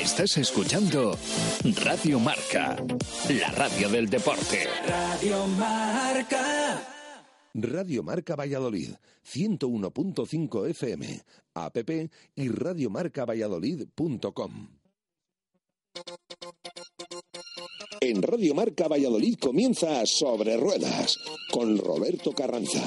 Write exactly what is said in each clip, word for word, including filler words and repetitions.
Estás escuchando Radio Marca, la radio del deporte. Radio Marca. Radio Marca Valladolid, ciento uno punto cinco F M, app y radiomarcavalladolid punto com. En Radio Marca Valladolid comienza Sobre Ruedas con Roberto Carranza.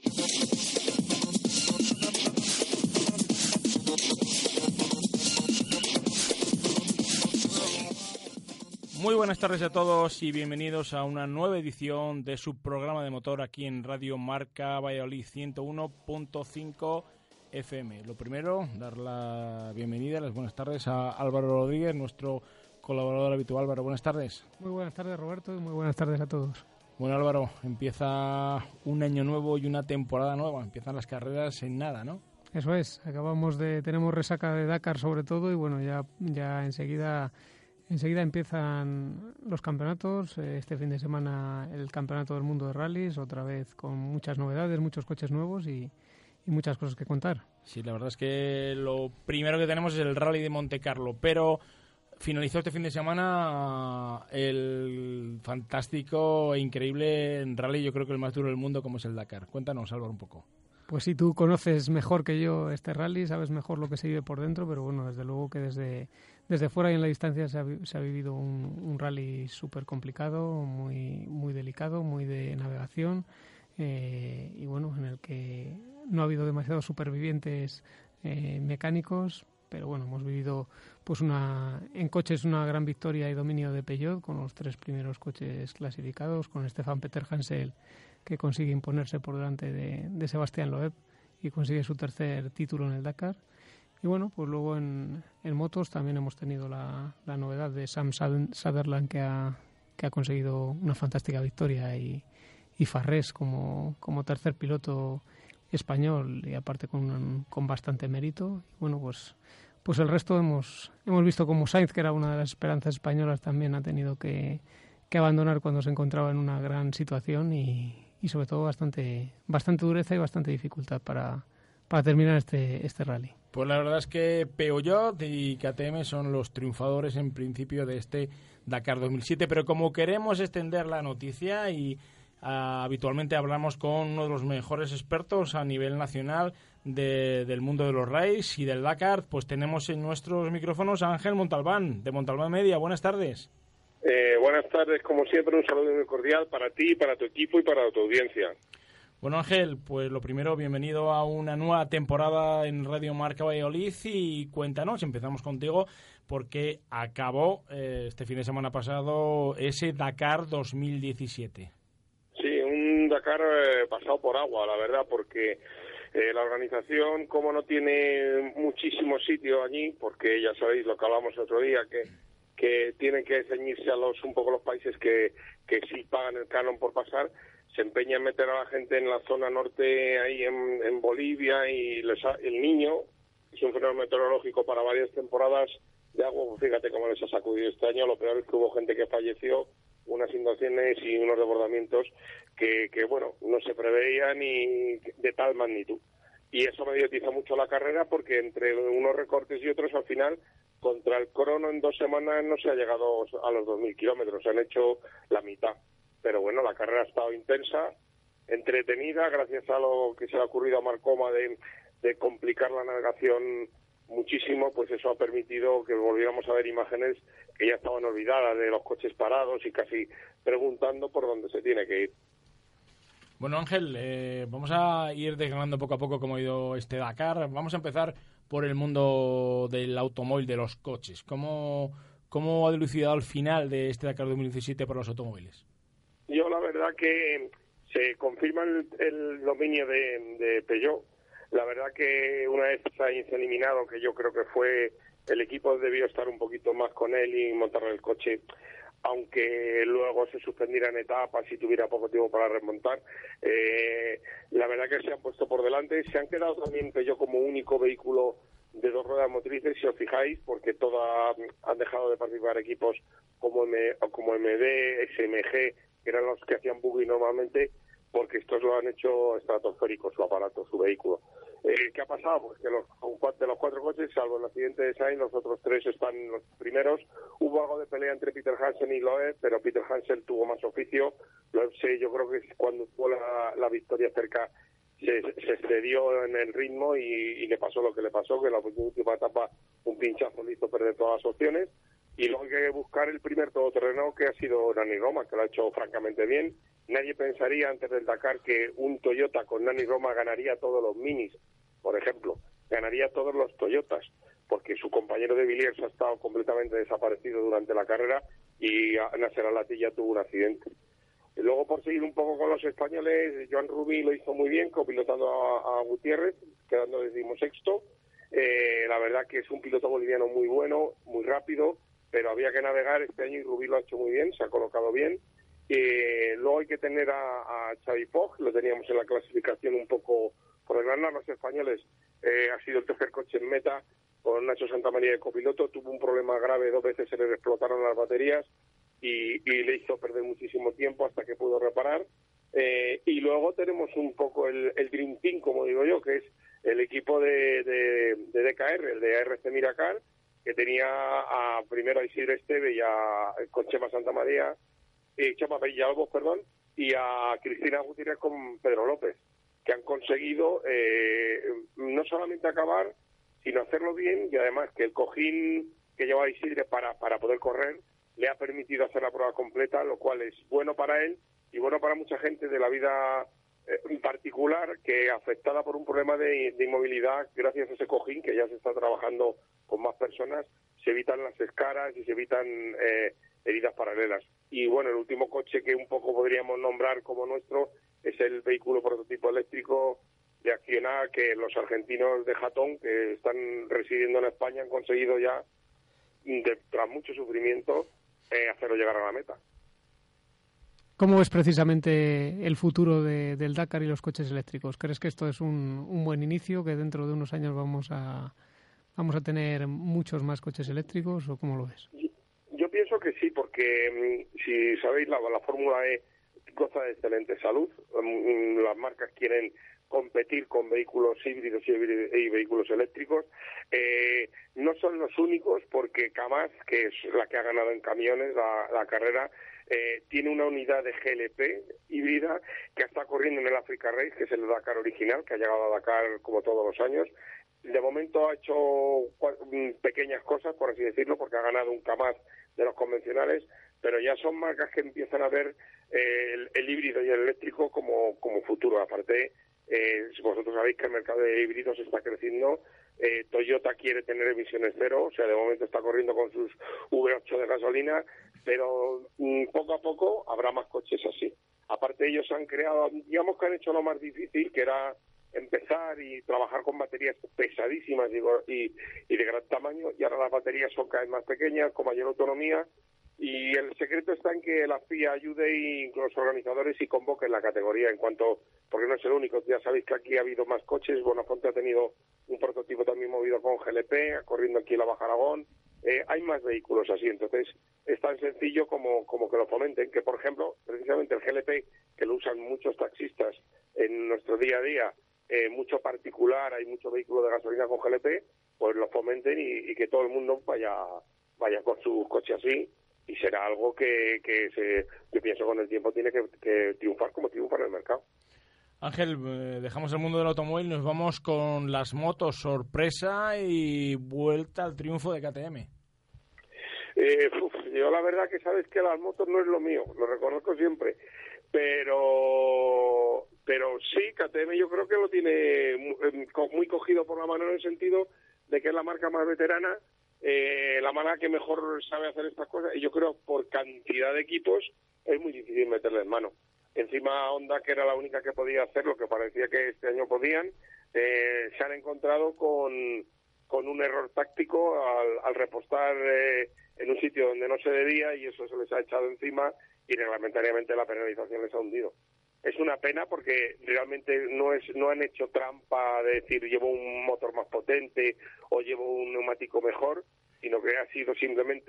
Muy buenas tardes a todos y bienvenidos a una nueva edición de su programa de motor aquí en Radio Marca Valladolid ciento uno punto cinco F M. Lo primero, dar la bienvenida, las buenas tardes a Álvaro Rodríguez, nuestro colaborador habitual. Álvaro, buenas tardes. Muy buenas tardes, Roberto, y muy buenas tardes a todos. Bueno, Álvaro, empieza un año nuevo y una temporada nueva. Empiezan las carreras en nada, ¿no? Eso es, acabamos de... tenemos resaca de Dakar sobre todo y bueno, ya, ya enseguida... Enseguida empiezan los campeonatos, este fin de semana el Campeonato del Mundo de Rallys, otra vez con muchas novedades, muchos coches nuevos y, y muchas cosas que contar. Sí, la verdad es que lo primero que tenemos es el Rally de Monte Carlo, pero finalizó este fin de semana el fantástico e increíble rally, yo creo que el más duro del mundo, como es el Dakar. Cuéntanos, Álvaro, un poco. Pues sí, tú conoces mejor que yo este rally, sabes mejor lo que se vive por dentro, pero bueno, desde luego que desde, desde fuera y en la distancia se ha, se ha vivido un, un rally súper complicado, muy, muy delicado, muy de navegación eh, y bueno, en el que no ha habido demasiados supervivientes eh, mecánicos, pero bueno, hemos vivido pues una en coches una gran victoria y dominio de Peugeot con los tres primeros coches clasificados, con Stefan Peter Hansel, que consigue imponerse por delante de, de Sebastián Loeb y consigue su tercer título en el Dakar. Y bueno, pues luego en, en motos también hemos tenido la, la novedad de Sam Sutherland, que ha, que ha conseguido una fantástica victoria, y, y Farrés como, como tercer piloto español y aparte con, con bastante mérito. Y bueno, pues, pues el resto hemos, hemos visto como Sainz, que era una de las esperanzas españolas, también ha tenido que, que abandonar cuando se encontraba en una gran situación y y sobre todo bastante bastante dureza y bastante dificultad para, para terminar este, este rally. Pues la verdad es que Peugeot y K T M son los triunfadores en principio de este Dakar dos mil siete, pero como queremos extender la noticia y uh, habitualmente hablamos con uno de los mejores expertos a nivel nacional de, del mundo de los rallies y del Dakar, pues tenemos en nuestros micrófonos a Ángel Montalbán, de Montalbán Media. Buenas tardes. Eh, buenas tardes, como siempre, un saludo muy cordial para ti, para tu equipo y para tu audiencia. Bueno, Ángel, pues lo primero, bienvenido a una nueva temporada en Radio Marca Valladolid y cuéntanos, empezamos contigo, porque acabó eh, este fin de semana pasado ese Dakar dos mil diecisiete. Sí, un Dakar eh, pasado por agua, la verdad, porque eh, la organización, como no tiene muchísimo sitio allí, porque ya sabéis lo que hablamos el otro día, que que tienen que ceñirse a los un poco los países que, que sí pagan el canon por pasar, se empeña en meter a la gente en la zona norte, ahí en, en Bolivia, y les ha, el Niño es un fenómeno meteorológico para varias temporadas de agua. Fíjate cómo les ha sacudido este año. Lo peor es que hubo gente que falleció, unas inundaciones y unos desbordamientos que, que bueno, no se preveían ni de tal magnitud. Y eso mediatiza mucho la carrera, porque entre unos recortes y otros, al final, contra el crono en dos semanas no se ha llegado a los dos mil kilómetros, se han hecho la mitad. Pero bueno, la carrera ha estado intensa, entretenida, gracias a lo que se le ha ocurrido a Marcoma de, de complicar la navegación muchísimo, pues eso ha permitido que volviéramos a ver imágenes que ya estaban olvidadas, de los coches parados y casi preguntando por dónde se tiene que ir. Bueno, Ángel, eh, vamos a ir desgranando poco a poco cómo ha ido este Dakar. Vamos a empezar por el mundo del automóvil, de los coches. ¿Cómo, cómo ha dilucidado el final de este Dakar dos mil diecisiete para los automóviles? Yo la verdad que se confirma el, el dominio de, de Peugeot. La verdad que una vez Sainz eliminado, que yo creo que fue, el equipo debió estar un poquito más con él y montar el coche, aunque luego se suspendieran etapas y tuviera poco tiempo para remontar. Eh, la verdad que se han puesto por delante, se han quedado también Peugeot como único vehículo de dos ruedas motrices, si os fijáis, porque toda, han dejado de participar equipos como, M, como M D, S M G, que eran los que hacían buggy normalmente, porque estos lo han hecho estratosférico, su aparato, su vehículo. Eh, ¿Qué ha pasado? Pues que los, de los cuatro coches, salvo el accidente de Sainz, los otros tres están los primeros. Hubo algo de pelea entre Peter Hansen y Loeb, pero Peter Hansen tuvo más oficio. Loeb, sí, yo creo que cuando tuvo la, la victoria cerca se, se excedió en el ritmo y, y le pasó lo que le pasó, que en la última etapa un pinchazo le hizo perder todas las opciones. Y luego hay que buscar el primer todoterreno, que ha sido Nani Roma, que lo ha hecho francamente bien. Nadie pensaría antes del Dakar que un Toyota con Nani Roma ganaría todos los minis, por ejemplo. Ganaría todos los Toyotas, porque su compañero de Villiers ha estado completamente desaparecido durante la carrera y Nasser Al-Attiyah tuvo un accidente. Y luego, por seguir un poco con los españoles, Joan Rubí lo hizo muy bien, copilotando a, a Gutiérrez, quedando decimosexto. Eh, la verdad que es un piloto boliviano muy bueno, muy rápido, pero había que navegar este año y Rubí lo ha hecho muy bien, se ha colocado bien. Eh, luego hay que tener a, a Xavi Pog, lo teníamos en la clasificación un poco por delante. Los españoles, eh, ha sido el tercer coche en meta, con Nacho Santamaría de copiloto, tuvo un problema grave, dos veces se le explotaron las baterías y, y le hizo perder muchísimo tiempo hasta que pudo reparar. Eh, y luego tenemos un poco el, el Dream Team, como digo yo, que es el equipo de, de, de D K R, el de A R C Miracar, que tenía a, primero a Isidro Esteve y a con Chema Santamaría, eh, Chema Villalobos, perdón, y a Cristina Gutiérrez con Pedro López, que han conseguido eh, no solamente acabar, sino hacerlo bien, y además que el cojín que lleva Isidre para, para poder correr le ha permitido hacer la prueba completa, lo cual es bueno para él y bueno para mucha gente de la vida en particular, que afectada por un problema de, de inmovilidad, gracias a ese cojín que ya se está trabajando con más personas, se evitan las escaras y se evitan eh, heridas paralelas. Y bueno, el último coche que un poco podríamos nombrar como nuestro es el vehículo prototipo eléctrico de Acciona, que los argentinos de Jatón, que están residiendo en España, han conseguido ya, de, tras mucho sufrimiento, eh, hacerlo llegar a la meta. ¿Cómo ves precisamente el futuro de, del Dakar y los coches eléctricos? ¿Crees que esto es un, un buen inicio, que dentro de unos años vamos a vamos a tener muchos más coches eléctricos, o cómo lo ves? Yo, yo pienso que sí, porque si sabéis, la, la Fórmula E goza de excelente salud. Las marcas quieren competir con vehículos híbridos y, y vehículos eléctricos. Eh, no son los únicos, porque Kamaz, que es la que ha ganado en camiones la, la carrera, eh, tiene una unidad de G L P híbrida que está corriendo en el Africa Race, que es el Dakar original, que ha llegado a Dakar como todos los años. De momento ha hecho pequeñas cosas, por así decirlo, porque ha ganado un Kamaz de los convencionales, pero ya son marcas que empiezan a ver eh, el, el híbrido y el eléctrico como, como futuro. Aparte, eh, vosotros sabéis que el mercado de híbridos está creciendo. eh, Toyota quiere tener emisiones cero, o sea, de momento está corriendo con sus V ocho de gasolina, pero mm, poco a poco habrá más coches así. Aparte, ellos han creado, digamos que han hecho lo más difícil, que era empezar y trabajar con baterías pesadísimas y, y, y de gran tamaño, y ahora las baterías son cada vez más pequeñas, con mayor autonomía, y el secreto está en que la F I A ayude y los organizadores y convoquen la categoría en cuanto, porque no es el único, ya sabéis que aquí ha habido más coches. Bonafonte ha tenido un prototipo también movido con G L P, corriendo aquí en la Baja Aragón. Eh, hay más vehículos así, entonces es tan sencillo como, como que lo fomenten, que por ejemplo, precisamente el G L P, que lo usan muchos taxistas en nuestro día a día, eh, mucho particular, hay mucho vehículo de gasolina con G L P, pues lo fomenten y, y que todo el mundo vaya vaya con su coche así, y será algo que, que se, yo pienso con el tiempo tiene que, que triunfar como triunfa en el mercado. Ángel, eh, dejamos el mundo del automóvil, nos vamos con las motos, sorpresa y vuelta al triunfo de K T M. Eh, uf, yo la verdad que sabes que las motos no es lo mío, lo reconozco siempre, pero pero sí, K T M yo creo que lo tiene muy, muy cogido por la mano, en el sentido de que es la marca más veterana, eh, la marca que mejor sabe hacer estas cosas, y yo creo por cantidad de equipos es muy difícil meterle en mano. Encima Honda, que era la única que podía hacer lo que parecía que este año podían, eh, se han encontrado con, con un error táctico al, al repostar eh, en un sitio donde no se debía, y eso se les ha echado encima y reglamentariamente la penalización les ha hundido. Es una pena porque realmente no es no han hecho trampa de decir llevo un motor más potente o llevo un neumático mejor, sino que ha sido simplemente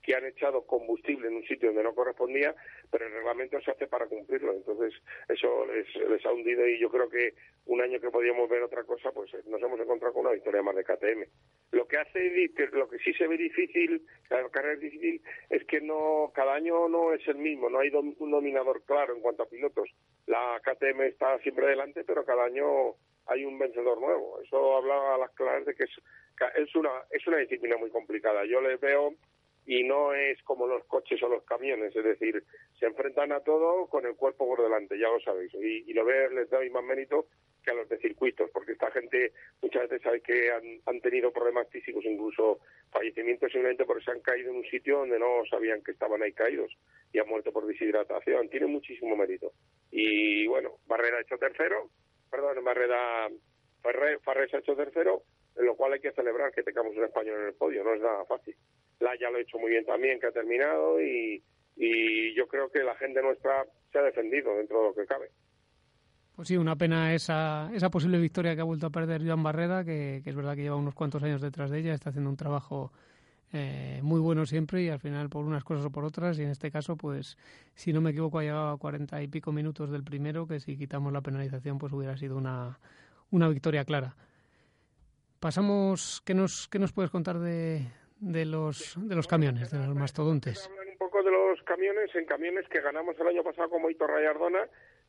que han echado combustible en un sitio donde no correspondía, pero el reglamento se hace para cumplirlo. Entonces, eso les, les ha hundido, y yo creo que un año que podíamos ver otra cosa, pues nos hemos encontrado con una victoria más de K T M. Lo que hace, que lo que sí se ve difícil, la carrera es difícil, es que no cada año no es el mismo, no hay dom, un dominador claro en cuanto a pilotos. La K T M está siempre delante, pero cada año hay un vencedor nuevo. Eso habla a las claras de que es, es una es una disciplina muy complicada. Yo les veo, y no es como los coches o los camiones, es decir, se enfrentan a todo con el cuerpo por delante, ya lo sabéis, y, y lo veo, les doy más mérito que a los de circuitos, porque esta gente muchas veces sabe que han, han tenido problemas físicos, incluso fallecimientos, simplemente porque se han caído en un sitio donde no sabían que estaban ahí caídos y han muerto por deshidratación. Tiene muchísimo mérito. Y bueno, Barrera ha hecho tercero, perdón, Barrera, Farrés ha hecho tercero, en lo cual hay que celebrar que tengamos un español en el podio, no es nada fácil. La ya lo ha hecho muy bien también, que ha terminado, y, y yo creo que la gente nuestra se ha defendido dentro de lo que cabe. Pues sí, una pena esa esa posible victoria que ha vuelto a perder Joan Barrera, que, que es verdad que lleva unos cuantos años detrás de ella, está haciendo un trabajo eh, muy bueno siempre, y al final por unas cosas o por otras, y en este caso, pues si no me equivoco, ha llegado a cuarenta y pico minutos del primero, que si quitamos la penalización pues hubiera sido una, una victoria clara. Pasamos, ¿qué nos, qué nos puedes contar de, de los de los camiones, de los mastodontes? Hablar un poco de los camiones, en camiones que ganamos el año pasado como Hito Rayardona.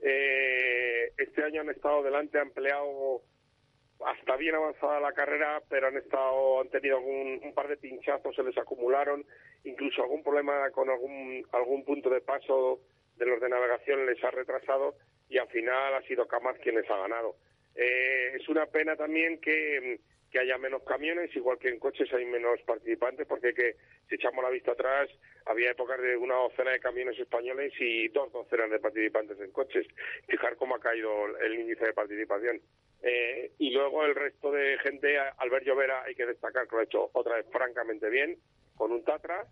Eh, este año han estado delante, han peleado hasta bien avanzada la carrera, pero han estado han tenido algún, un par de pinchazos, se les acumularon, incluso algún problema con algún algún punto de paso de los de navegación les ha retrasado, y al final ha sido Kamaz quien les ha ganado. Eh, es una pena también que, que haya menos camiones, igual que en coches hay menos participantes, porque que, si echamos la vista atrás, había épocas de una docena de camiones españoles y dos docenas de participantes en coches. Fijar cómo ha caído el índice de participación. Eh, y luego el resto de gente, Albert Llovera, hay que destacar que lo ha hecho otra vez francamente bien, con un Tatra,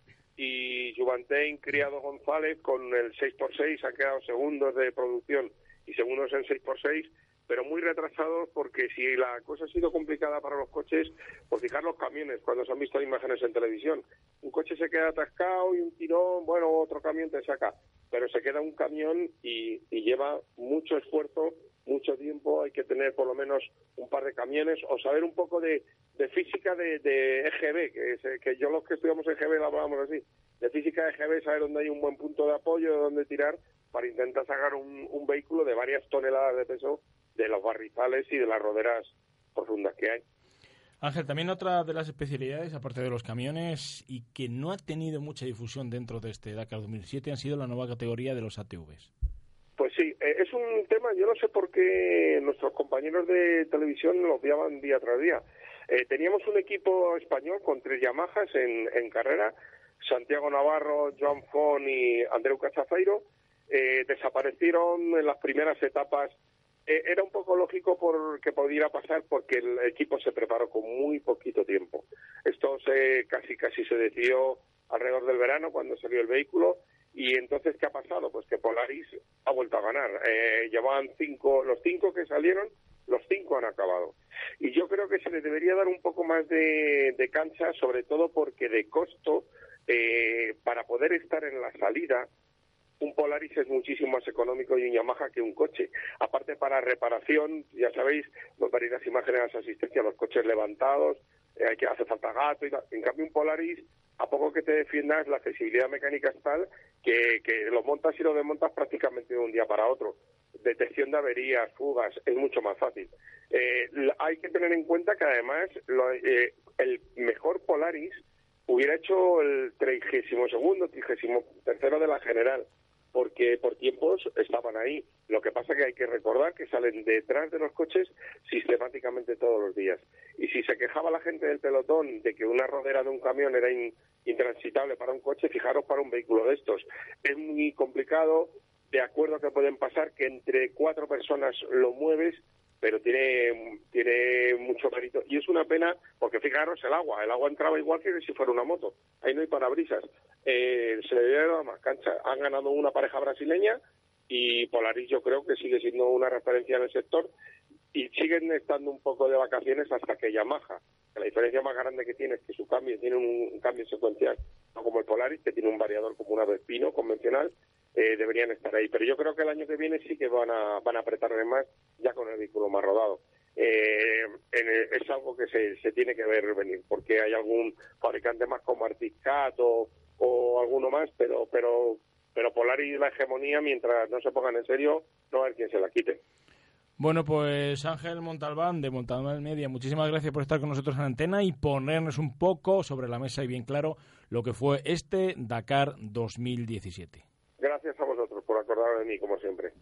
y Juventain Criado González con el seis por seis han quedado segundos de producción y segundos en seis por seis, pero muy retrasados, porque si la cosa ha sido complicada para los coches, pues fijar los camiones, cuando se han visto imágenes en televisión. Un coche se queda atascado y un tirón, bueno, otro camión te saca, pero se queda un camión y, y lleva mucho esfuerzo, mucho tiempo, hay que tener por lo menos un par de camiones, o saber un poco de, de física de, de E G B, que, es, que yo los que estudiamos E G B lo hablábamos así, de física de E G B, saber dónde hay un buen punto de apoyo, dónde tirar, para intentar sacar un, un vehículo de varias toneladas de peso de los barrizales y de las roderas profundas que hay. Ángel, también otra de las especialidades, aparte de los camiones, y que no ha tenido mucha difusión dentro de este Dakar dos mil siete, han sido la nueva categoría de los A T Vs. Pues sí, eh, es un tema, yo no sé por qué nuestros compañeros de televisión lo obviaban día tras día. Eh, teníamos un equipo español con tres Yamahas en, en carrera, Santiago Navarro, Joan Font y Andreu Cachafairo. Eh, desaparecieron en las primeras etapas. Eh, era un poco lógico por que pudiera pasar, porque el equipo se preparó con muy poquito tiempo. Esto se casi casi se decidió alrededor del verano, cuando salió el vehículo. Y entonces, ¿qué ha pasado? Pues que Polaris ha vuelto a ganar. Eh, llevaban cinco, los cinco que salieron, los cinco han acabado. Y yo creo que se les debería dar un poco más de, de cancha, sobre todo porque de costo, eh, para poder estar en la salida, un Polaris es muchísimo más económico y un Yamaha que un coche. Aparte, para reparación, ya sabéis, nos veréis las imágenes de las asistencias, los coches levantados, eh, hay que hace falta gato y tal. En cambio, un Polaris, a poco que te defiendas, la accesibilidad mecánica es tal que, que lo montas y lo desmontas prácticamente de un día para otro. Detección de averías, fugas, es mucho más fácil. Eh, hay que tener en cuenta que además lo, eh, el mejor Polaris hubiera hecho el trigésimo segundo, trigésimo tercero de la general, porque por tiempos estaban ahí. Lo que pasa que hay que recordar que salen detrás de los coches sistemáticamente todos los días. Y si se quejaba la gente del pelotón de que una rodera de un camión era in, intransitable para un coche, fijaros para un vehículo de estos. Es muy complicado, de acuerdo que pueden pasar, que entre cuatro personas lo mueves, pero tiene tiene mucho mérito. Y es una pena, porque fijaros el agua, el agua entraba igual que si fuera una moto, ahí no hay parabrisas. Eh, se le debe dar más cancha. Han ganado una pareja brasileña y Polaris yo creo que sigue siendo una referencia en el sector, y siguen estando un poco de vacaciones hasta que Yamaha La diferencia más grande que tiene es que su cambio tiene un, un cambio secuencial, no como el Polaris, que tiene un variador como una Vespino convencional. Eh, deberían estar ahí, pero yo creo que el año que viene sí que van a van a apretarle más ya con el vehículo más rodado. Eh, en el, es algo que se, se tiene que ver venir, porque hay algún fabricante más como Artiscat o, o alguno más, pero pero pero Polaris la hegemonía, mientras no se pongan en serio, no va a haber quien se la quite. Bueno, pues Ángel Montalbán de Montalbán Media, muchísimas gracias por estar con nosotros en antena y ponernos un poco sobre la mesa y bien claro lo que fue este Dakar dos mil diecisiete. Gracias a vosotros por acordaros de mí, como siempre.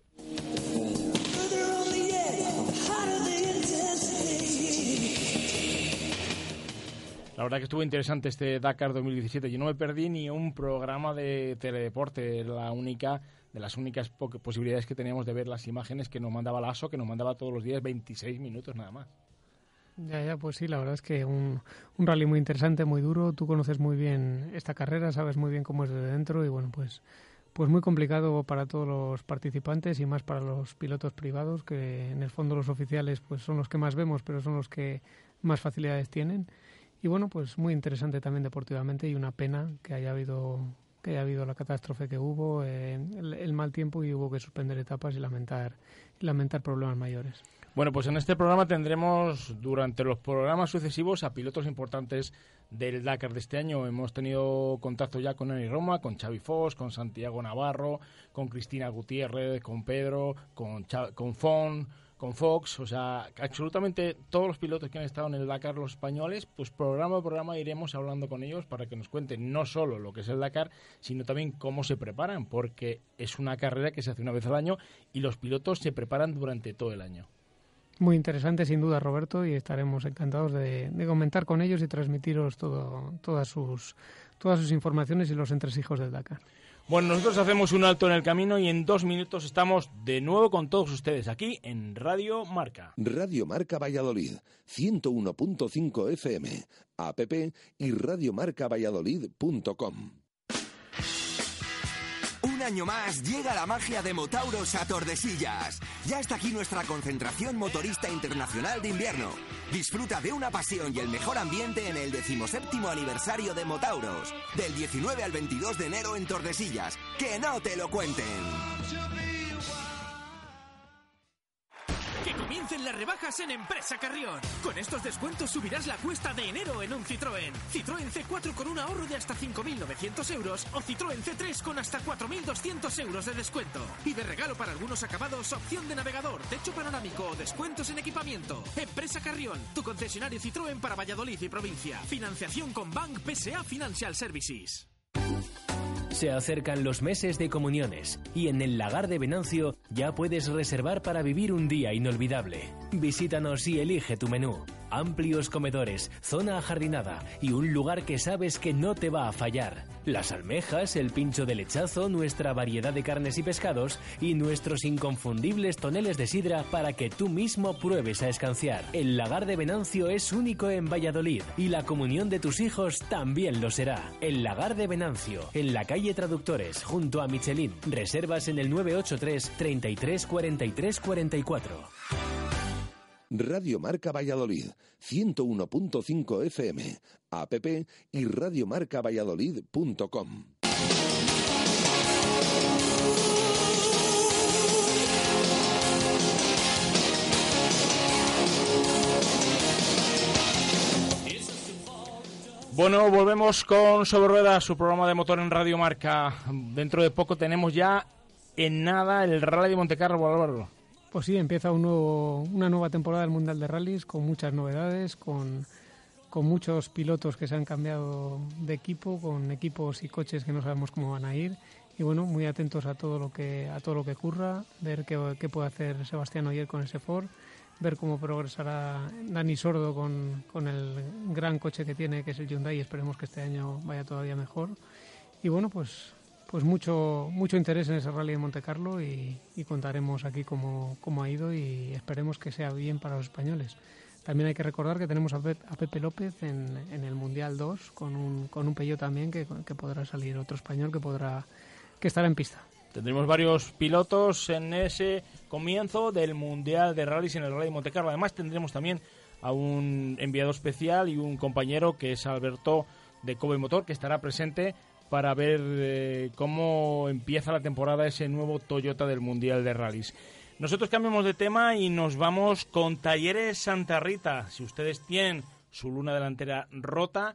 La verdad que estuvo interesante este Dakar dos mil diecisiete. Yo no me perdí ni un programa de teledeporte, la única de las únicas po- posibilidades que teníamos de ver las imágenes que nos mandaba la A S O, que nos mandaba todos los días veintiséis minutos nada más. Ya, ya, pues sí, la verdad es que un, un rally muy interesante, muy duro. Tú conoces muy bien esta carrera, sabes muy bien cómo es desde dentro y bueno, pues pues muy complicado para todos los participantes y más para los pilotos privados, que en el fondo los oficiales pues son los que más vemos, pero son los que más facilidades tienen. Y bueno, pues muy interesante también deportivamente y una pena que haya habido que haya habido la catástrofe que hubo, eh, el, el mal tiempo y hubo que suspender etapas y lamentar y lamentar problemas mayores. Bueno, pues en este programa tendremos durante los programas sucesivos a pilotos importantes del Dakar de este año. Hemos tenido contacto ya con Eni Roma, con Xavi Foss, con Santiago Navarro, con Cristina Gutiérrez, con Pedro, con, Cha- con Fon, con Fox, o sea, absolutamente todos los pilotos que han estado en el Dakar, los españoles, pues programa a programa iremos hablando con ellos para que nos cuenten no solo lo que es el Dakar, sino también cómo se preparan, porque es una carrera que se hace una vez al año y los pilotos se preparan durante todo el año. Muy interesante, sin duda, Roberto, y estaremos encantados de, de comentar con ellos y transmitiros todo, todas sus todas sus informaciones y los entresijos del Dakar. Bueno, nosotros hacemos un alto en el camino y en dos minutos estamos de nuevo con todos ustedes aquí en Radio Marca. Radio Marca Valladolid, ciento uno punto cinco F M, app y radiomarca valladolid punto com. Un año más llega la magia de Motauros a Tordesillas. Ya está aquí nuestra concentración motorista internacional de invierno. Disfruta de una pasión y el mejor ambiente en el decimoséptimo aniversario de Motauros. Del diecinueve al veintidós de enero en Tordesillas. ¡Que no te lo cuenten! Que comiencen las rebajas en Empresa Carrión. Con estos descuentos subirás la cuesta de enero en un Citroën. Citroën C cuatro con un ahorro de hasta cinco mil novecientos euros o Citroën C tres con hasta cuatro mil doscientos euros de descuento. Y de regalo para algunos acabados, opción de navegador, techo panorámico o descuentos en equipamiento. Empresa Carrión, tu concesionario Citroën para Valladolid y provincia. Financiación con Bank P S A Financial Services. Se acercan los meses de comuniones y en el Lagar de Venancio ya puedes reservar para vivir un día inolvidable. Visítanos y elige tu menú. Amplios comedores, zona ajardinada y un lugar que sabes que no te va a fallar. Las almejas, el pincho de lechazo, nuestra variedad de carnes y pescados y nuestros inconfundibles toneles de sidra para que tú mismo pruebes a escanciar. El Lagar de Venancio es único en Valladolid y la comunión de tus hijos también lo será. El Lagar de Venancio, en la calle Traductores, junto a Michelin. Reservas en el nueve ocho tres, treinta y tres, cuarenta y tres, cuarenta y cuatro. Radio Marca Valladolid, ciento uno punto cinco F M, app y radiomarca valladolid punto com. Bueno, volvemos con Sobre Ruedas, su programa de motor en Radio Marca. Dentro de poco tenemos ya en nada el Rally de Montecarlo, Álvaro. Pues sí, empieza un nuevo, una nueva temporada del Mundial de Rallys con muchas novedades, con, con muchos pilotos que se han cambiado de equipo, con equipos y coches que no sabemos cómo van a ir. Y bueno, muy atentos a todo lo que a todo lo que ocurra, ver qué, qué puede hacer Sebastián Ogier con ese Ford, ver cómo progresará Dani Sordo con, con el gran coche que tiene, que es el Hyundai, y esperemos que este año vaya todavía mejor. Y bueno, pues... Pues mucho mucho interés en ese rally de Montecarlo y, y contaremos aquí cómo, cómo ha ido y esperemos que sea bien para los españoles. También hay que recordar que tenemos a, Pe- a Pepe López en, en el Mundial dos con un, con un Peugeot también que, que podrá salir, otro español que podrá que estará en pista. Tendremos varios pilotos en ese comienzo del Mundial de Rallys en el Rally de Montecarlo. Además tendremos también a un enviado especial y un compañero que es Alberto de Kobe Motor, que estará presente para ver eh, cómo empieza la temporada ese nuevo Toyota del Mundial de Rallys. Nosotros cambiamos de tema y nos vamos con Talleres Santa Rita. Si ustedes tienen su luna delantera rota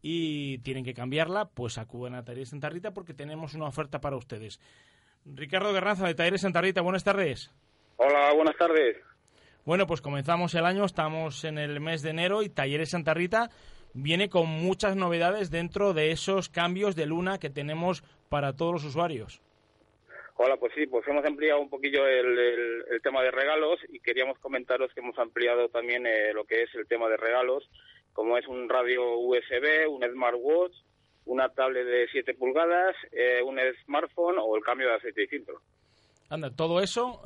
y tienen que cambiarla, pues acudan a Talleres Santa Rita porque tenemos una oferta para ustedes. Ricardo Guerranza de Talleres Santa Rita, buenas tardes. Hola, buenas tardes. Bueno, pues comenzamos el año, estamos en el mes de enero y Talleres Santa Rita viene con muchas novedades dentro de esos cambios de luna que tenemos para todos los usuarios. Hola, pues sí, pues hemos ampliado un poquillo el, el, el tema de regalos y queríamos comentaros que hemos ampliado también eh, lo que es el tema de regalos, como es un radio U S B, un smartwatch, una tablet de siete pulgadas, eh, un smartphone o el cambio de aceite y filtro. Anda, todo eso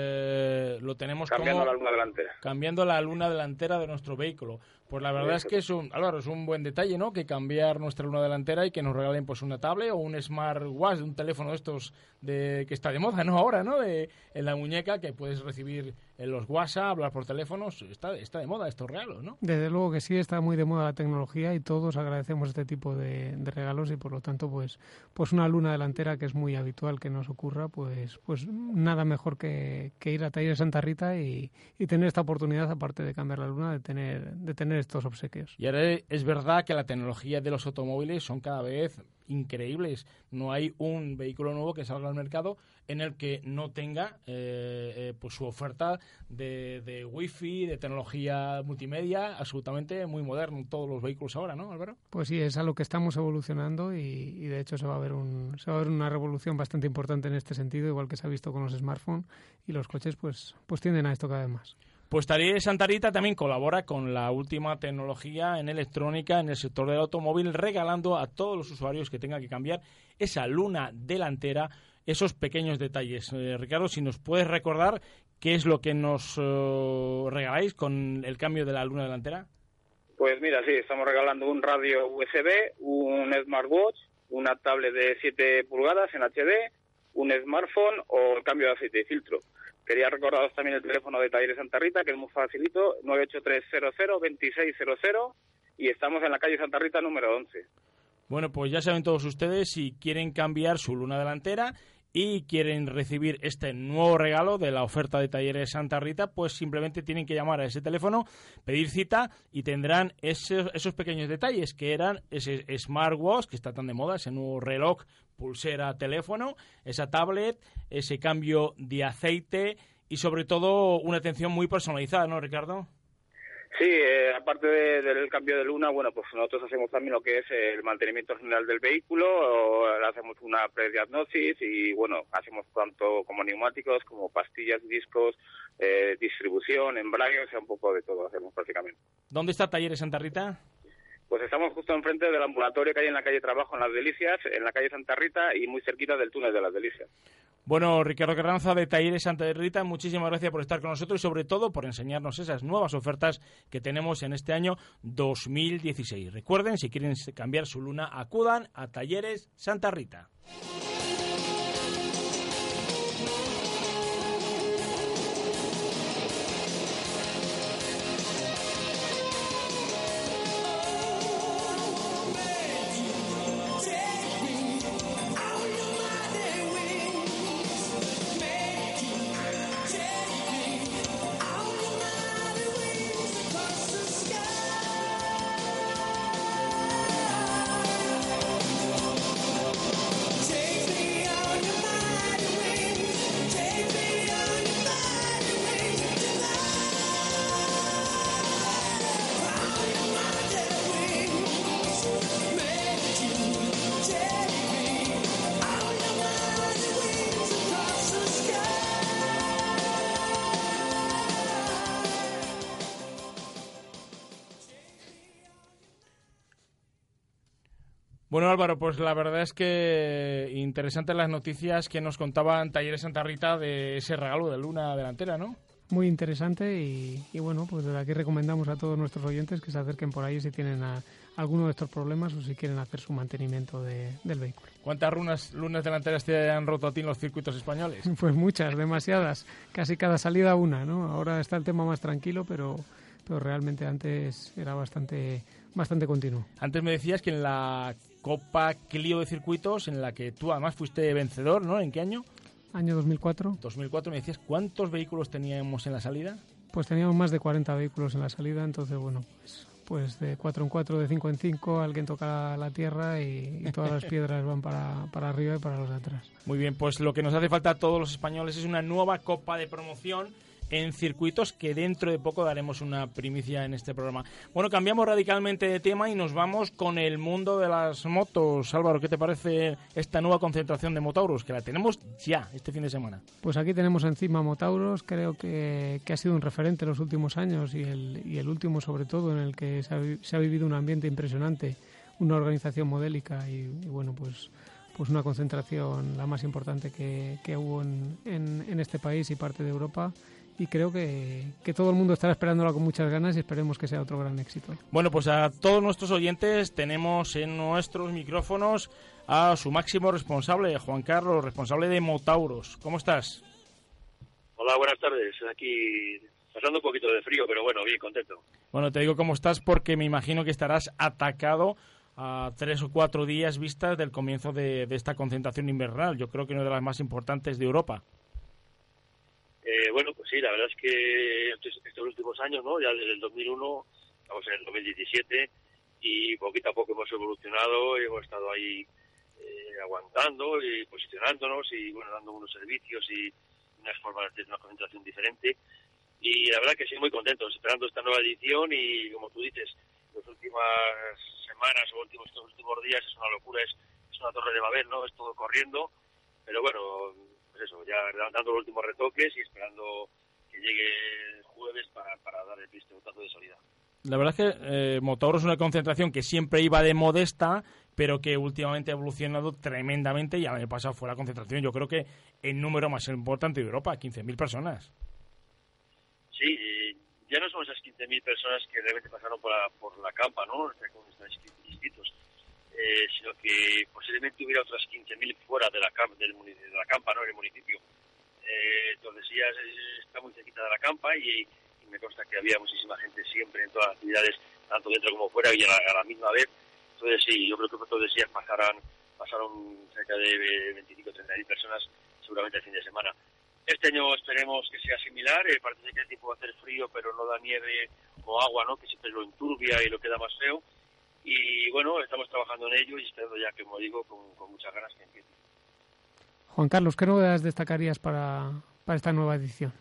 eh, lo tenemos cambiando como... la luna delantera. Cambiando la luna delantera de nuestro vehículo. Pues la verdad es que es un, Álvaro, es un buen detalle, ¿no? Que cambiar nuestra luna delantera y que nos regalen pues una tablet o un smartwatch, un teléfono de estos de que está de moda, ¿no? Ahora, ¿no? De, en la muñeca, que puedes recibir en los WhatsApp, hablar por teléfonos. Está, está de moda estos regalos, ¿no? Desde luego que sí, está muy de moda la tecnología y todos agradecemos este tipo de, de regalos y por lo tanto, pues, pues una luna delantera que es muy habitual que nos ocurra, pues, pues nada mejor que, que ir a Talleres Santa Rita y, y tener esta oportunidad, aparte de cambiar la luna, de tener, de tener estos obsequios. Y ahora es verdad que la tecnología de los automóviles son cada vez increíbles. No hay un vehículo nuevo que salga al mercado en el que no tenga eh, eh, pues su oferta de, de wifi, de tecnología multimedia, absolutamente muy moderno. Todos los vehículos ahora, ¿no, Álvaro? Pues sí, es a lo que estamos evolucionando y, y de hecho se va a ver un, se va a ver una revolución bastante importante en este sentido, igual que se ha visto con los smartphones y los coches, pues, pues tienden a esto cada vez más. Pues Talleres Santa Rita también colabora con la última tecnología en electrónica en el sector del automóvil, regalando a todos los usuarios que tengan que cambiar esa luna delantera esos pequeños detalles. Eh, Ricardo, si nos puedes recordar qué es lo que nos eh, regaláis con el cambio de la luna delantera. Pues mira, sí, estamos regalando un radio U S B, un smartwatch, una tablet de siete pulgadas en H D, un smartphone o el cambio de aceite y filtro. Quería recordaros también el teléfono de Talleres Santa Rita, que es muy facilito, nueve ocho tres cero cero dos seis cero cero, y estamos en la calle Santa Rita número once. Bueno, pues ya saben todos ustedes, si quieren cambiar su luna delantera y quieren recibir este nuevo regalo de la oferta de Talleres Santa Rita, pues simplemente tienen que llamar a ese teléfono, pedir cita y tendrán esos, esos pequeños detalles que eran ese smartwatch que está tan de moda, ese nuevo reloj, pulsera, teléfono, esa tablet, ese cambio de aceite y sobre todo una atención muy personalizada, ¿no, Ricardo? Sí, eh, aparte de, del cambio de luna, bueno, pues nosotros hacemos también lo que es el mantenimiento general del vehículo, o hacemos una prediagnosis y, bueno, hacemos tanto como neumáticos, como pastillas, discos, eh, distribución, embrague, o sea, un poco de todo hacemos prácticamente. ¿Dónde está Talleres Santa Rita? Pues estamos justo enfrente del ambulatorio que hay en la calle Trabajo, en Las Delicias, en la calle Santa Rita y muy cerquita del túnel de Las Delicias. Bueno, Ricardo Carranza de Talleres Santa Rita, muchísimas gracias por estar con nosotros y sobre todo por enseñarnos esas nuevas ofertas que tenemos en este año dos mil dieciséis. Recuerden, si quieren cambiar su luna, acudan a Talleres Santa Rita. Bueno, Álvaro, pues la verdad es que interesantes las noticias que nos contaban Talleres Santa Rita de ese regalo de luna delantera, ¿no? Muy interesante y, y bueno, pues desde aquí recomendamos a todos nuestros oyentes que se acerquen por ahí si tienen a, alguno de estos problemas o si quieren hacer su mantenimiento de, del vehículo. ¿Cuántas lunas, lunas delanteras te han roto a ti en los circuitos españoles? Pues muchas, demasiadas. Casi cada salida una, ¿no? Ahora está el tema más tranquilo, pero... pero realmente antes era bastante, bastante continuo. Antes me decías que en la Copa Clio de Circuitos, en la que tú además fuiste vencedor, ¿no? ¿En qué año? Año dos mil cuatro. dos mil cuatro, me decías, ¿cuántos vehículos teníamos en la salida? Pues teníamos más de cuarenta vehículos en la salida, entonces, bueno, pues, pues de cuatro en cuatro, de cinco en cinco, alguien toca la tierra y, y todas las piedras van para, para arriba y para los de atrás. Muy bien, pues lo que nos hace falta a todos los españoles es una nueva Copa de Promoción en circuitos, que dentro de poco daremos una primicia en este programa. Bueno, cambiamos radicalmente de tema y nos vamos con el mundo de las motos. Álvaro, ¿qué te parece esta nueva concentración de Motauros? Que la tenemos ya este fin de semana. Pues aquí tenemos encima Motauros, creo que, que ha sido un referente en los últimos años y el, y el último sobre todo, en el que se ha, se ha vivido un ambiente impresionante, una organización modélica y, y bueno, pues... pues una concentración la más importante que, que hubo en, en, en este país y parte de Europa, y creo que, que todo el mundo estará esperándola con muchas ganas y esperemos que sea otro gran éxito. Bueno, pues a todos nuestros oyentes tenemos en nuestros micrófonos a su máximo responsable, Juan Carlos, responsable de Motauros. ¿Cómo estás? Hola, buenas tardes. Aquí pasando un poquito de frío, pero bueno, bien, contento. Bueno, te digo cómo estás porque me imagino que estarás atacado a tres o cuatro días vistas del comienzo de, de esta concentración invernal. Yo creo que una de las más importantes de Europa. Eh, bueno, pues sí, la verdad es que estos, estos últimos años, ¿no? Ya desde el dos mil uno, estamos en el dos mil diecisiete y poquito a poco hemos evolucionado y hemos estado ahí eh, aguantando y posicionándonos y, bueno, dando unos servicios y unas formas de una concentración diferente. Y la verdad que sí, muy contentos, esperando esta nueva edición y, como tú dices, las últimas semanas o últimos, estos últimos días es una locura, es, es una torre de Babel, ¿no? Es todo corriendo, pero bueno, pues eso, ya dando los últimos retoques y esperando que llegue el jueves para, para dar el pistoletazo de salida. La verdad es que eh, Motauros es una concentración que siempre iba de modesta, pero que últimamente ha evolucionado tremendamente y el año pasado fue la concentración, yo creo que el número más importante de Europa, quince mil personas. Sí, eh, ya no son esas quince mil personas que realmente pasaron por la, por la campa, ¿no? Con estos inscritos, eh, sino que posiblemente hubiera otras quince mil fuera de la, del, de la campa, ¿no? En el municipio. Eh, entonces ya está muy cerquita de la campa y, y me consta que había muchísima gente siempre en todas las actividades, tanto dentro como fuera y a la, a la misma vez. Entonces sí, yo creo que por todos los días pasarán, pasaron cerca de veinticinco o treinta mil personas seguramente el fin de semana. Este año esperemos que sea similar, eh, parece que el tiempo va a hacer frío, pero no da nieve o agua, ¿no? Que siempre lo enturbia y lo queda más feo. Y bueno, estamos trabajando en ello y esperando ya, que, como digo, con, con muchas ganas que empiece. Juan Carlos, ¿qué novedades destacarías para, para esta nueva edición?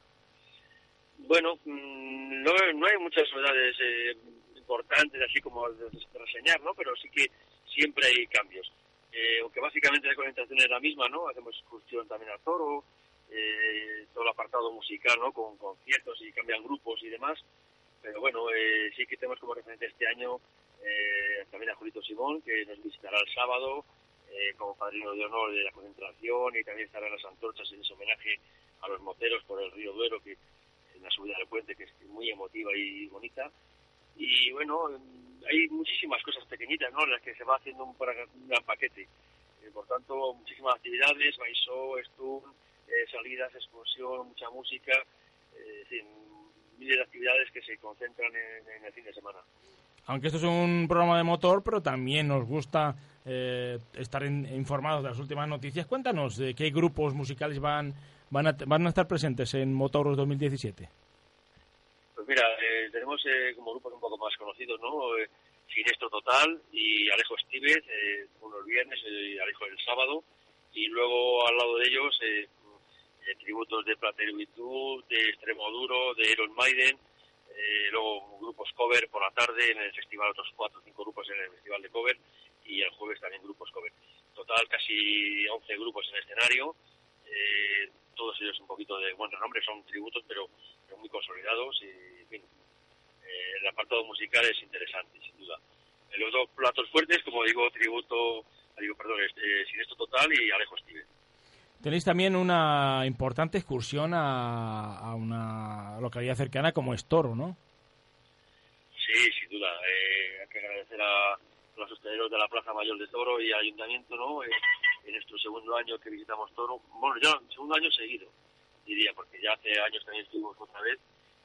Bueno, mmm, no, no hay muchas novedades eh, importantes, así como de, de reseñar, ¿no? Pero sí que siempre hay cambios. Eh, aunque básicamente la concentración es la misma, ¿no? Hacemos excursión también al toro, Eh, todo el apartado musical, ¿no? Con conciertos y cambian grupos y demás, pero bueno, eh, sí que tenemos como referente este año eh, también a Julito Simón, que nos visitará el sábado eh, como padrino de honor de la concentración, y también estarán las antorchas en ese homenaje a los moteros por el río Duero, que en la subida del puente, que es muy emotiva y bonita. Y bueno, hay muchísimas cosas pequeñitas, ¿no? Las que se va haciendo un, un gran paquete. Eh, por tanto, muchísimas actividades, Baisó, Stun, Eh, salidas, excursión, mucha música, eh, en fin, miles de actividades que se concentran en, en el fin de semana. Aunque esto es un programa de motor, pero también nos gusta eh, estar en, informados de las últimas noticias. Cuéntanos de qué grupos musicales van van a, van a estar presentes en Motauros dos mil diecisiete. Pues mira, eh, tenemos eh, como grupos un poco más conocidos, ¿no? Eh, Siniestro Total y Alejo Estíbez, eh, unos viernes y eh, Alejo el sábado, y luego al lado de ellos eh, Eh, tributos de Platero y Tú, de Extremoduro, de Iron Maiden, eh, luego grupos cover por la tarde en el festival, otros cuatro o cinco grupos en el festival de cover, y el jueves también grupos cover. Total, casi once grupos en el escenario, eh, todos ellos un poquito de buen renombre, son tributos pero, pero muy consolidados, y en fin, eh, el apartado musical es interesante, sin duda. En los dos platos fuertes, como digo, tributo, digo, perdón, eh, Siniestro Total y Alejo Estíbez. Tenéis también una importante excursión a, a una localidad cercana como es Toro, ¿no? Sí, sin duda. Eh, hay que agradecer a los hosteleros de la Plaza Mayor de Toro y al Ayuntamiento, ¿no? Eh, en nuestro segundo año que visitamos Toro, bueno, ya segundo año seguido, diría, porque ya hace años también estuvimos otra vez,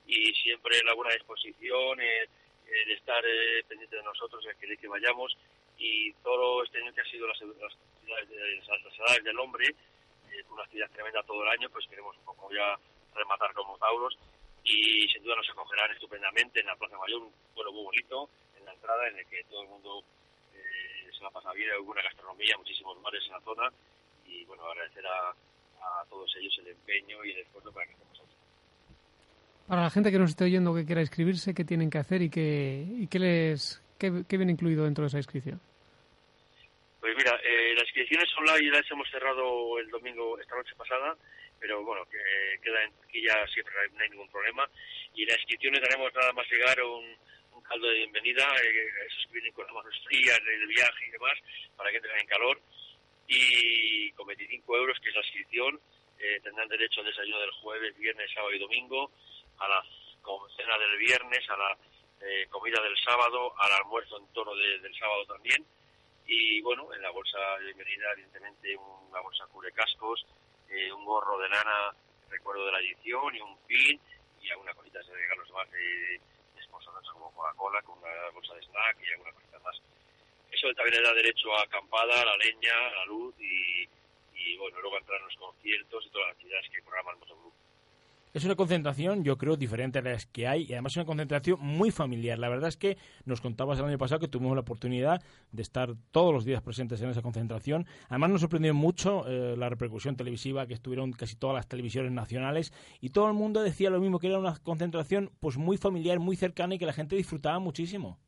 y siempre la buena disposición, eh, el estar eh, pendiente de nosotros, el querer que vayamos, y todo este año que ha sido las, las, las, las edades del hombre, eh, con una actividad tremenda todo el año, pues queremos un poco ya rematar con Motauros, y sin duda nos acogerán estupendamente en la Plaza Mayor, un pueblo muy bonito, en la entrada, en el que todo el mundo eh, se la pasa bien, hay buena gastronomía, muchísimos bares en la zona, y bueno, agradecer a, a todos ellos el empeño y el esfuerzo para que estemos aquí. Para la gente que nos esté oyendo que quiera inscribirse, ¿qué tienen que hacer y qué, y qué les qué, qué viene incluido dentro de esa inscripción? Pues mira, eh, las inscripciones online las hemos cerrado el domingo, esta noche pasada, pero bueno, que queda en taquilla, siempre no hay, no hay ningún problema. Y las inscripciones daremos nada más llegar un, un caldo de bienvenida, eh, esos que vienen con las manos frías del viaje y demás, para que entren en calor. Y con veinticinco euros, que es la inscripción, eh, tendrán derecho al desayuno del jueves, viernes, sábado y domingo, a la cena del viernes, a la eh, comida del sábado, al almuerzo en torno de, del sábado también. Y bueno, en la bolsa de bienvenida, evidentemente, una bolsa cubrecascos, eh, un gorro de lana, recuerdo de la edición, y un pin, y algunas cositas de regalos más de, de sponsors como Coca-Cola, con una bolsa de snack y alguna cosita más. Eso también le da derecho a acampada, a la leña, a la luz, y, y bueno, luego entrar en los conciertos y todas las actividades que programa el Motogroup. Es una concentración, yo creo, diferente a las que hay, y además es una concentración muy familiar. La verdad es que nos contabas el año pasado que tuvimos la oportunidad de estar todos los días presentes en esa concentración. Además nos sorprendió mucho eh, la repercusión televisiva, que estuvieron casi todas las televisiones nacionales, y todo el mundo decía lo mismo, que era una concentración pues muy familiar, muy cercana, y que la gente disfrutaba muchísimo.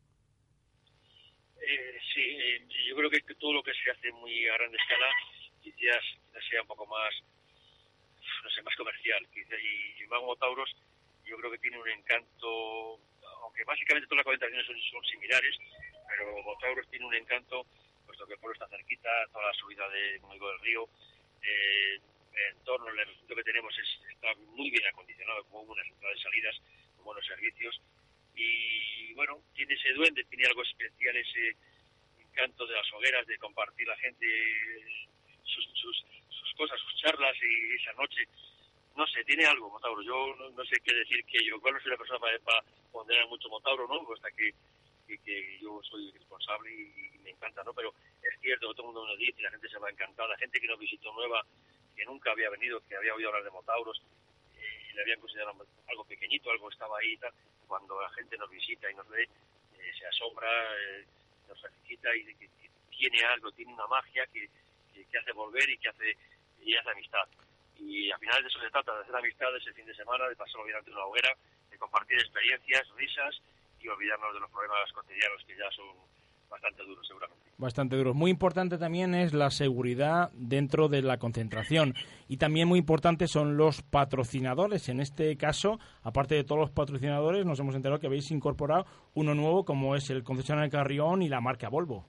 Eh, sí, eh, yo creo que todo lo que se hace muy a gran escala quizás sea un poco más, no sé, más comercial. Quizás, y, y Mago Motauros yo creo que tiene un encanto, aunque básicamente todas las concentraciones son, son similares, pero Motauros tiene un encanto, puesto que el pueblo está cerquita, toda la subida de, como digo, del río, eh, el entorno, el recinto que tenemos es, está muy bien acondicionado, con buenas entradas y salidas, con buenos servicios, y bueno, tiene ese duende, tiene algo especial, ese encanto de las hogueras, de compartir la gente sus, sus, sus cosas, sus charlas, y esa noche, no sé, tiene algo Motauro. Yo no, no sé qué decir, que yo, igual no soy la persona para, para ponderar mucho Motauro, ¿no? Hasta que, que, que yo soy responsable y, y me encanta, ¿no? Pero es cierto que todo el mundo nos dice y la gente se va a encantar, la gente que nos visitó nueva, que nunca había venido, que había oído hablar de Motauros, eh, le habían considerado algo pequeñito, algo estaba ahí y tal. Cuando la gente nos visita y nos ve, eh, se asombra, eh, nos felicita y que, que tiene algo, tiene una magia que, que, que hace volver y que hace, y hace amistad. Y al final de eso se trata, de hacer amistad ese fin de semana, de pasarlo bien ante una hoguera, de compartir experiencias, risas y olvidarnos de los problemas cotidianos que ya son bastante duros seguramente. Bastante duros. Muy importante también es la seguridad dentro de la concentración, y también muy importante son los patrocinadores. En este caso, aparte de todos los patrocinadores, nos hemos enterado que habéis incorporado uno nuevo, como es el concesionario Carrión y la marca Volvo.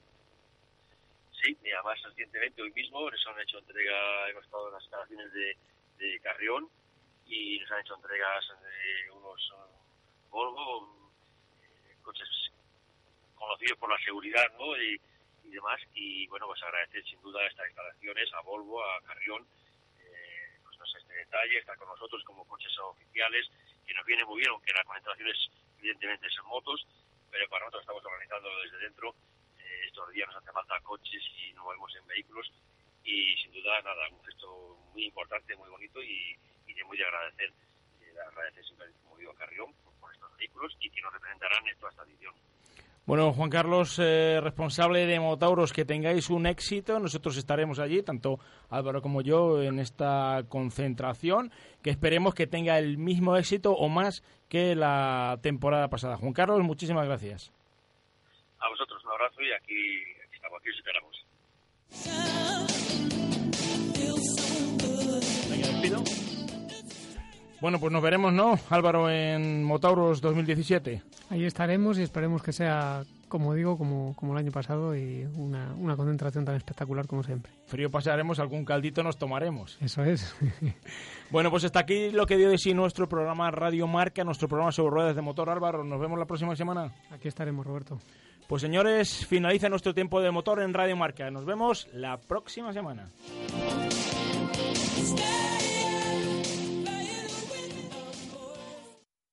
Sí, y además recientemente, hoy mismo, nos han hecho entrega, hemos estado en las instalaciones de, de Carrión y nos han hecho entregas de unos uh, Volvo, eh, coches conocidos por la seguridad, ¿no? Y, y demás, y bueno, pues agradecer sin duda estas instalaciones a Volvo, a Carrión, eh, pues no sé, este detalle, estar con nosotros como coches oficiales, que nos viene muy bien, aunque la concentración es, evidentemente, son motos, pero para nosotros estamos organizando desde dentro. Eh, estos días nos hace falta coches y nos movemos en vehículos, y sin duda, nada, un gesto muy importante, muy bonito, y, y de muy de agradecer, eh, de agradecer siempre, como digo, a Carrión por, por estos vehículos, y que nos representarán en toda esta edición. Bueno, Juan Carlos, eh, responsable de Motauros, que tengáis un éxito. Nosotros estaremos allí, tanto Álvaro como yo, en esta concentración, que esperemos que tenga el mismo éxito o más que la temporada pasada. Juan Carlos, muchísimas gracias. A vosotros un abrazo, y aquí, aquí estamos, aquí os esperamos. Venga, despido. Bueno, pues nos veremos, ¿no, Álvaro, en Motauros dos mil diecisiete? Ahí estaremos, y esperemos que sea, como digo, como, como el año pasado, y una, una concentración tan espectacular como siempre. Frío pasaremos, algún caldito nos tomaremos. Eso es. Bueno, pues hasta aquí lo que dio de sí nuestro programa Radio Marca, nuestro programa sobre ruedas de motor. Álvaro, nos vemos la próxima semana. Aquí estaremos, Roberto. Pues señores, finaliza nuestro tiempo de motor en Radio Marca. Nos vemos la próxima semana.